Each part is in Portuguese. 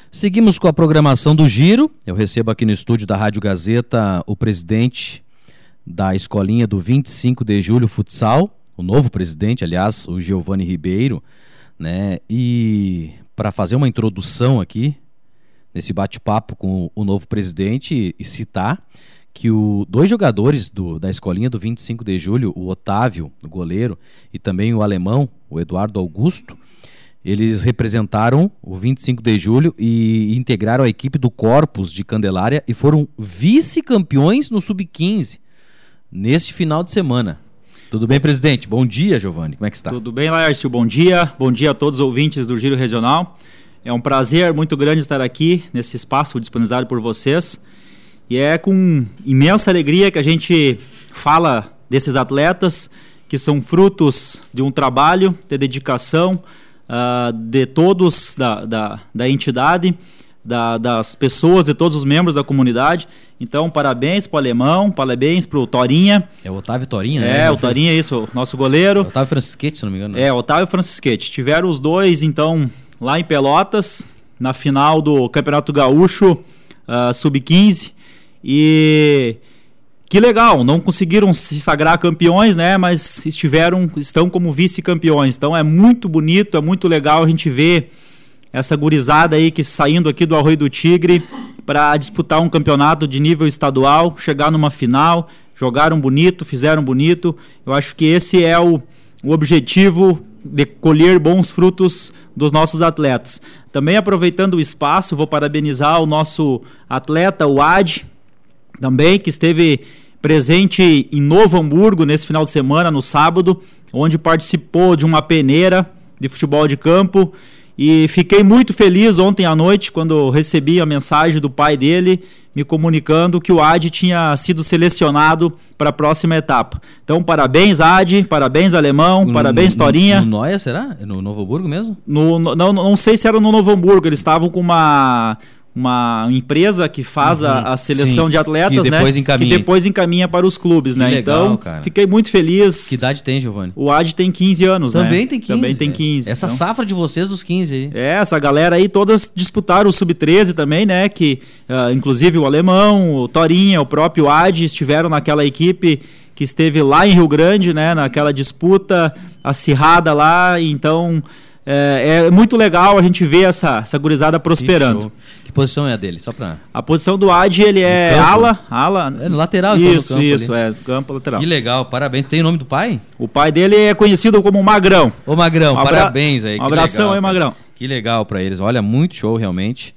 Seguimos com a programação do Giro. Eu recebo aqui no estúdio da Rádio Gazeta o presidente da escolinha do 25 de Julho Futsal, o novo presidente, aliás, o Giovanni Ribeiro, né? E para fazer uma introdução aqui, nesse bate-papo com o novo presidente, e citar que dois jogadores da escolinha do 25 de Julho, o Otávio, o goleiro, e também o alemão, o Eduardo Augusto, eles representaram o 25 de Julho e integraram a equipe do Corpus de Candelária e foram vice-campeões no Sub-15 neste final de semana. Tudo bem, presidente? Bom dia, Giovanni. Como é que está? Tudo bem, Laércio. Bom dia. Bom dia a todos os ouvintes do Giro Regional. É um prazer muito grande estar aqui nesse espaço disponibilizado por vocês. E é com imensa alegria que a gente fala desses atletas que são frutos de um trabalho, de dedicação de todos da entidade, das pessoas, de todos os membros da comunidade. Então, parabéns para o Alemão, parabéns para o Torinha. É o Otávio Torinha, né? É, o Torinha, isso, nosso goleiro. Otávio Francisquete, se não me engano. É, Otávio Francisquete. Tiveram os dois, então, lá em Pelotas, na final do Campeonato Gaúcho Sub-15. E que legal, não conseguiram se sagrar campeões, né? Mas estão como vice-campeões. Então é muito bonito, é muito legal a gente ver essa gurizada aí que saindo aqui do Arroio do Tigre para disputar um campeonato de nível estadual, chegar numa final, jogaram bonito, fizeram bonito. Eu acho que esse é o objetivo de colher bons frutos dos nossos atletas. Também aproveitando o espaço, vou parabenizar o nosso atleta, o Adi, também, que esteve presente em Novo Hamburgo nesse final de semana, no sábado, onde participou de uma peneira de futebol de campo. E fiquei muito feliz ontem à noite quando recebi a mensagem do pai dele me comunicando que o Adi tinha sido selecionado para a próxima etapa. Então, parabéns, Adi, parabéns, Alemão, parabéns, Torinha. No Noia, será? No Novo Hamburgo mesmo? Não sei se era no Novo Hamburgo, eles estavam com uma empresa que faz a seleção de atletas, que depois, né? Que depois encaminha para os clubes, né? Legal, então, cara. Fiquei muito feliz. Que idade tem, Giovanni? O Adi tem 15 anos, Também né? tem 15. Também tem 15. Essa safra de vocês dos 15 aí. Essa galera aí, todas disputaram o Sub-13 também, né? Que, inclusive o Alemão, o Torinha, o próprio Adi estiveram naquela equipe que esteve lá em Rio Grande, né? Naquela disputa acirrada lá, então... É muito legal a gente ver essa gurizada prosperando. Que posição é a dele? Só pra... A posição do Adi, ele é ala. É no lateral, isso, então, no campo isso, ali. Campo lateral. Que legal, parabéns. Tem o nome do pai? O pai dele é conhecido como Magrão. Ô Magrão, parabéns aí. Um abração legal, aí, Magrão. Que legal pra eles. Olha, muito show realmente.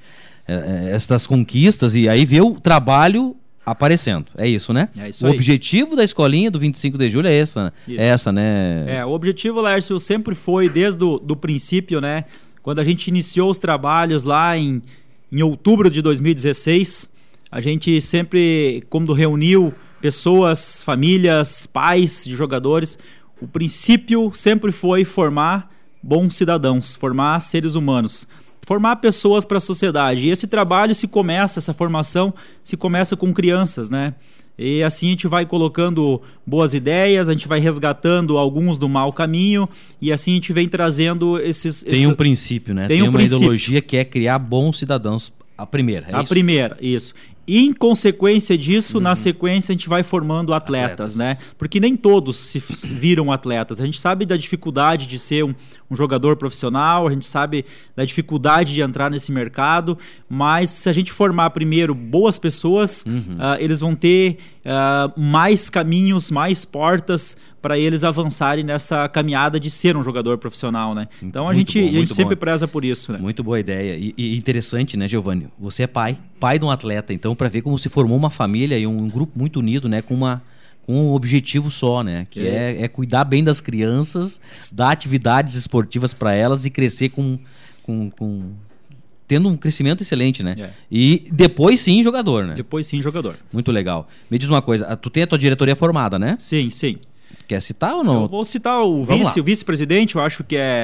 Essas conquistas e aí ver o trabalho aparecendo. É isso, né? É isso o aí. objetivo da escolinha do 25 de Julho é essa. É essa, né? O objetivo, Lércio, sempre foi desde do princípio, né? Quando a gente iniciou os trabalhos lá em outubro de 2016, a gente sempre, quando reuniu pessoas, famílias, pais de jogadores, o princípio sempre foi formar bons cidadãos, formar seres humanos. Formar pessoas para a sociedade. E esse trabalho essa formação se começa com crianças, né? E assim a gente vai colocando boas ideias, a gente vai resgatando alguns do mau caminho e assim a gente vem trazendo Tem um princípio, né? Tem uma ideologia que é criar bons cidadãos. A primeira, é isso? Primeira, isso. E em consequência disso, na sequência, a gente vai formando atletas, né? Porque nem todos se viram atletas. A gente sabe da dificuldade de ser um jogador profissional, a gente sabe da dificuldade de entrar nesse mercado, mas se a gente formar primeiro boas pessoas, eles vão ter mais caminhos, mais portas para eles avançarem nessa caminhada de ser um jogador profissional, né? Então a gente sempre preza por isso, né? Muito boa ideia. E interessante, né, Giovanni? Você é pai de um atleta, então, para ver como se formou uma família e um grupo muito unido, né, com um objetivo só, né, que é cuidar bem das crianças, dar atividades esportivas para elas e crescer tendo um crescimento excelente, né? E depois sim jogador, né? Depois sim jogador. Muito legal. Me diz uma coisa, tu tem a tua diretoria formada, né? Sim, sim. Quer citar ou não? Eu vou citar o vice-presidente, eu acho que é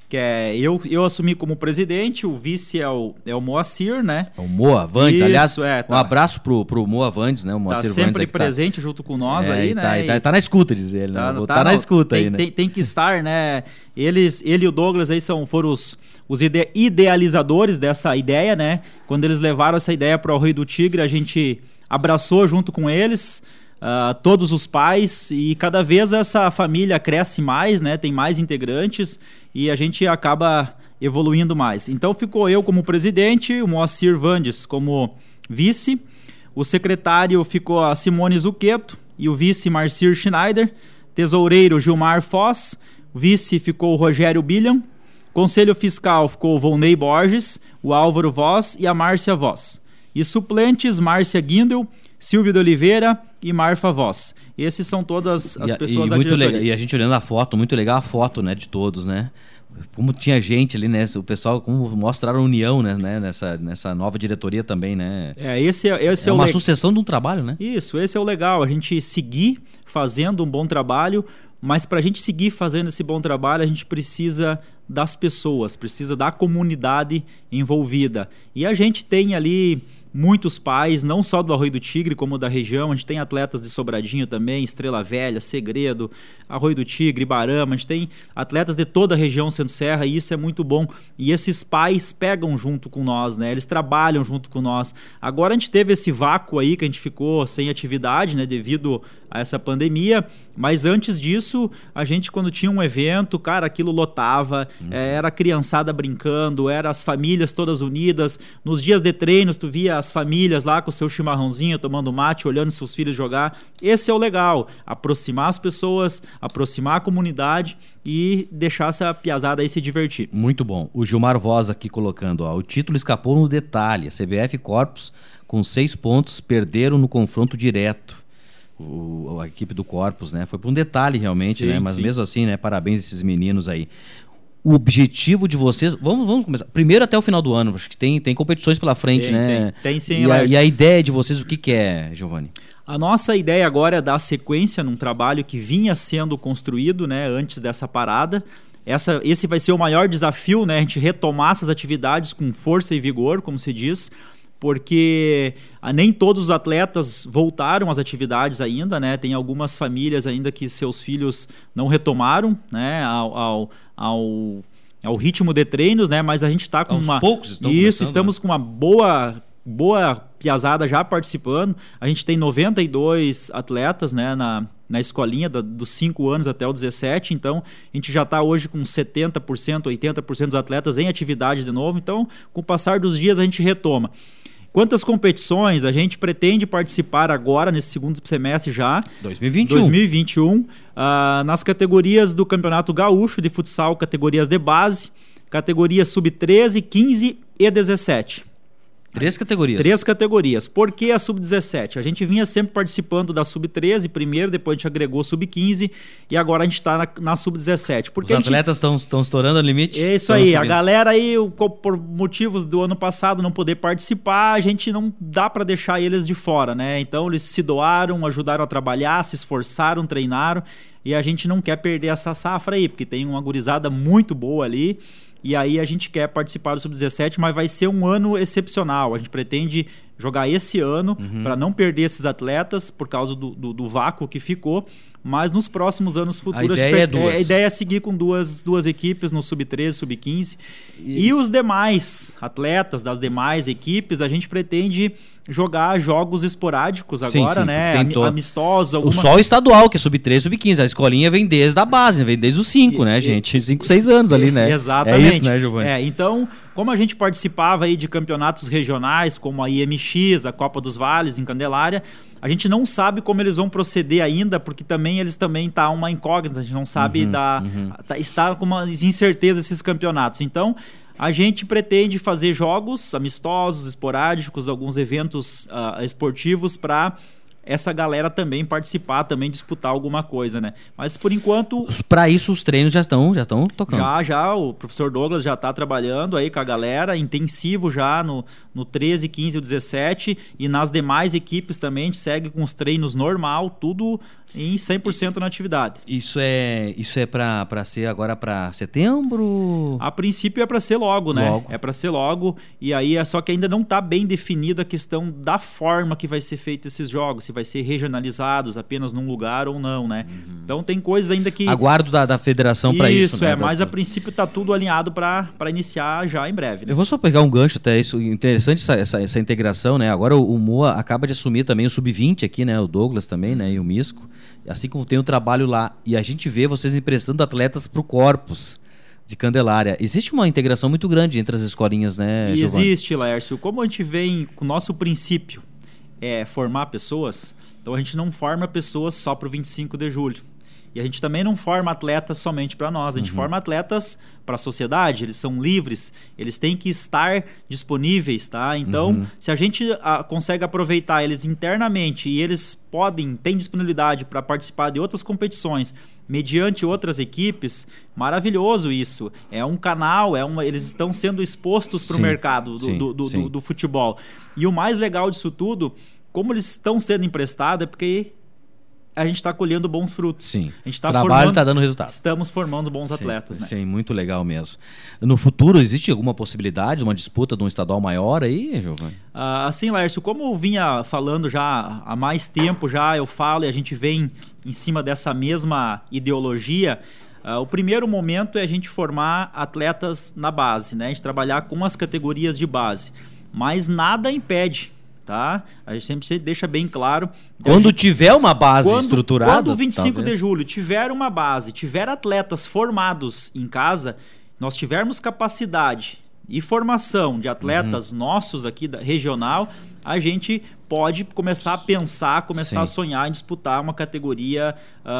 que é eu assumi como presidente, o vice é o Moacir, né? É o Moa Vandes, Isso, aliás, tá. um abraço pro Moa Vandes, né? O Moacir Tá sempre Vandes presente junto com nós aí, né? Tá na escuta, diz ele, né? Tá na escuta aí, né? Tem que estar, né? Ele e o Douglas aí foram os idealizadores dessa ideia, né? Quando eles levaram essa ideia para o Rei do Tigre, a gente abraçou junto com eles, todos os pais, e cada vez essa família cresce mais, né? Tem mais integrantes e a gente acaba evoluindo mais. Então ficou eu como presidente, o Moacir Vandes como vice, o secretário ficou a Simone Zucchetto e o vice Marcir Schneider, tesoureiro Gilmar Foz, vice ficou o Rogério Billiam, conselho fiscal ficou o Volney Borges, o Álvaro Voz e a Márcia Voz. E suplentes, Márcia Guindel, Silvio de Oliveira e Marfa Voz. Esses são todas as pessoas da diretoria. Legal, e a gente olhando a foto, muito legal a foto, né, de todos, né? Como tinha gente ali, né? O pessoal, como mostraram a união, né? Nessa nova diretoria também, né? Esse é uma sucessão de um trabalho, né? Isso, esse é o legal. A gente seguir fazendo um bom trabalho, mas para a gente seguir fazendo esse bom trabalho, a gente precisa das pessoas, precisa da comunidade envolvida. E a gente tem ali muitos pais, não só do Arroio do Tigre, como da região. A gente tem atletas de Sobradinho também, Estrela Velha, Segredo, Arroio do Tigre, Ibarama. A gente tem atletas de toda a região Centro-Serra e isso é muito bom. E esses pais pegam junto com nós, né? Eles trabalham junto com nós. Agora a gente teve esse vácuo aí que a gente ficou sem atividade, né? Devido a essa pandemia. Mas antes disso, a gente quando tinha um evento, cara, aquilo lotava. Era a criançada brincando, era as famílias todas unidas. Nos dias de treinos, tu via as famílias lá com o seu chimarrãozinho, tomando mate, olhando seus filhos jogar. Esse é o legal, aproximar as pessoas, aproximar a comunidade e deixar essa piazada aí se divertir. Muito bom. O Gilmar Voz aqui colocando, ó, o título escapou no detalhe. A CBF e Corpus, com 6 pontos, perderam no confronto direto. A equipe do Corpus, né? Foi por um detalhe realmente, sim, né? Mas sim, mesmo assim, né? Parabéns a esses meninos aí. O objetivo de vocês... Vamos começar. Primeiro até o final do ano. Acho que tem competições pela frente, né? Tem sim. E a ideia de vocês, o que é, Giovanni? A nossa ideia agora é dar sequência num trabalho que vinha sendo construído, né? Antes dessa parada. Esse vai ser o maior desafio, né? A gente retomar essas atividades com força e vigor, como se diz, porque nem todos os atletas voltaram às atividades ainda, né? Tem algumas famílias ainda que seus filhos não retomaram, né? Ao ritmo de treinos, né? Mas a gente está com Aos poucos estão estamos com uma boa piazada já participando. A gente tem 92 atletas, né, na escolinha dos 5 anos até os 17, então a gente já está hoje com 70%, 80% dos atletas em atividade de novo, então com o passar dos dias a gente retoma. Quantas competições a gente pretende participar agora, nesse segundo semestre já? 2021. Nas categorias do Campeonato Gaúcho de Futsal, categorias de base, categorias sub-13, 15 e 17. 3 categorias. 3 categorias. Por que a sub-17? A gente vinha sempre participando da sub-13 primeiro, depois a gente agregou sub-15 e agora a gente está na sub-17. Os atletas estão estourando o limite? É isso aí. A galera aí, por motivos do ano passado não poder participar, a gente não dá para deixar eles de fora, né? Então eles se doaram, ajudaram a trabalhar, se esforçaram, treinaram e a gente não quer perder essa safra aí, porque tem uma gurizada muito boa ali. E aí a gente quer participar do Sub-17, mas vai ser um ano excepcional. A gente pretende jogar esse ano para não perder esses atletas por causa do vácuo que ficou. Mas nos próximos anos futuros a ideia é seguir com duas equipes no Sub-13, Sub-15. E os demais atletas das demais equipes, a gente pretende jogar jogos esporádicos agora, né? Amistosos. O só estadual, que é Sub-13, Sub-15. A escolinha vem desde a base, vem desde os 5, né, gente? 5, 6 anos ali, né? Exatamente. É isso, né, Giovanni? Então, como a gente participava aí de campeonatos regionais, como a IMX, a Copa dos Vales, em Candelária, a gente não sabe como eles vão proceder ainda, porque eles também tá uma incógnita, a gente não sabe está com umas incertezas esses campeonatos. Então, a gente pretende fazer jogos amistosos, esporádicos, alguns eventos esportivos para essa galera também participar, também disputar alguma coisa, né? Mas por enquanto... Para isso os treinos já estão tocando. Já, o professor Douglas já está trabalhando aí com a galera, intensivo já no 13, 15 e 17, e nas demais equipes também a gente segue com os treinos normal, tudo em 100% na atividade. Isso é para ser agora para setembro? A princípio é para ser logo, né? Logo. É para ser logo, e aí só que ainda não está bem definida a questão da forma que vai ser feito esses jogos, se vai ser regionalizados apenas num lugar ou não, né? Então tem coisas ainda que... Aguardo da federação para isso. Isso, né? mas a princípio está tudo alinhado para iniciar já em breve. Né? Eu vou só pegar um gancho até isso, interessante essa integração, né? Agora o Moa acaba de assumir também o Sub-20 aqui, né? O Douglas também, né? E o Misco. Assim como tem o trabalho lá. E a gente vê vocês emprestando atletas para o Corpus de Candelária. Existe uma integração muito grande entre as escolinhas, né, Giovani? Existe, Laércio. Como a gente vem com o nosso princípio é formar pessoas, então a gente não forma pessoas só para o 25 de julho. E a gente também não forma atletas somente para nós, a gente forma atletas para a sociedade, eles são livres, eles têm que estar disponíveis, tá? Então, se a gente consegue aproveitar eles internamente e eles têm disponibilidade para participar de outras competições, mediante outras equipes, maravilhoso isso. É um canal, eles estão sendo expostos para o mercado do futebol. E o mais legal disso tudo, como eles estão sendo emprestados, é porque a gente está colhendo bons frutos. Sim. A gente tá o trabalho está dando resultado. Estamos formando bons atletas. Né? Sim, muito legal mesmo. No futuro, existe alguma possibilidade de uma disputa de um estadual maior aí, Giovani? Assim, Laércio, como eu vinha falando já há mais tempo, eu falo e a gente vem em cima dessa mesma ideologia, o primeiro momento é a gente formar atletas na base, né? A gente trabalhar com as categorias de base. Mas nada impede. Tá? A gente sempre deixa bem claro. Quando tiver uma base estruturada... Quando o 25 de julho tiver uma base, tiver atletas formados em casa, nós tivermos capacidade e formação de atletas nossos aqui regional, a gente pode começar a pensar, começar a sonhar em disputar uma categoria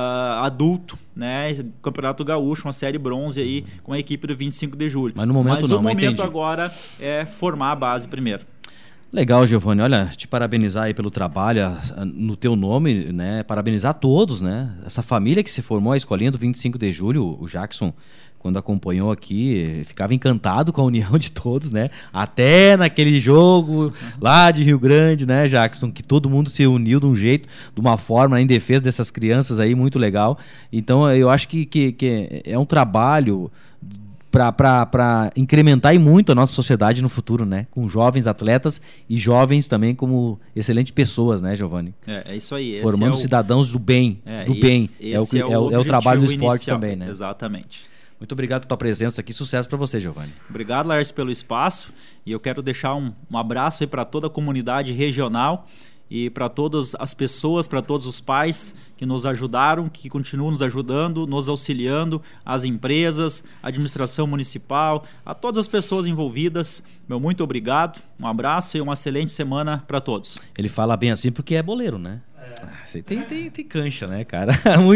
adulto, né? Campeonato Gaúcho, uma série bronze aí com a equipe do 25 de julho. Mas no momento o momento agora é formar a base primeiro. Legal, Giovani. Olha, te parabenizar aí pelo trabalho no teu nome, né? Parabenizar a todos, né? Essa família que se formou, a escolinha do 25 de julho, o Jackson, quando acompanhou aqui, ficava encantado com a união de todos, né? Até naquele jogo lá de Rio Grande, né, Jackson? Que todo mundo se uniu de um jeito, de uma forma, em defesa dessas crianças aí, muito legal. Então, eu acho que é um trabalho para incrementar e muito a nossa sociedade no futuro, né? Com jovens atletas e jovens também como excelentes pessoas, né, Giovani? É isso aí. Formando cidadãos do bem. É o trabalho do esporte inicial, também, né? Exatamente. Muito obrigado pela tua presença aqui. Sucesso para você, Giovani. Obrigado, Laércio, pelo espaço. E eu quero deixar um abraço aí para toda a comunidade regional e para todas as pessoas, para todos os pais que nos ajudaram, que continuam nos ajudando, nos auxiliando, as empresas, a administração municipal, a todas as pessoas envolvidas. Meu muito obrigado, um abraço e uma excelente semana para todos. Ele fala bem assim porque é boleiro, né? Você tem cancha, né, cara?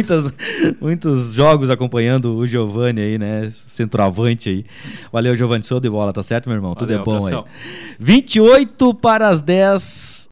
Muitos jogos acompanhando o Giovani aí, né? Centroavante aí. Valeu, Giovani, show de bola, tá certo, meu irmão? Tudo é bom aí. 28 para as 10.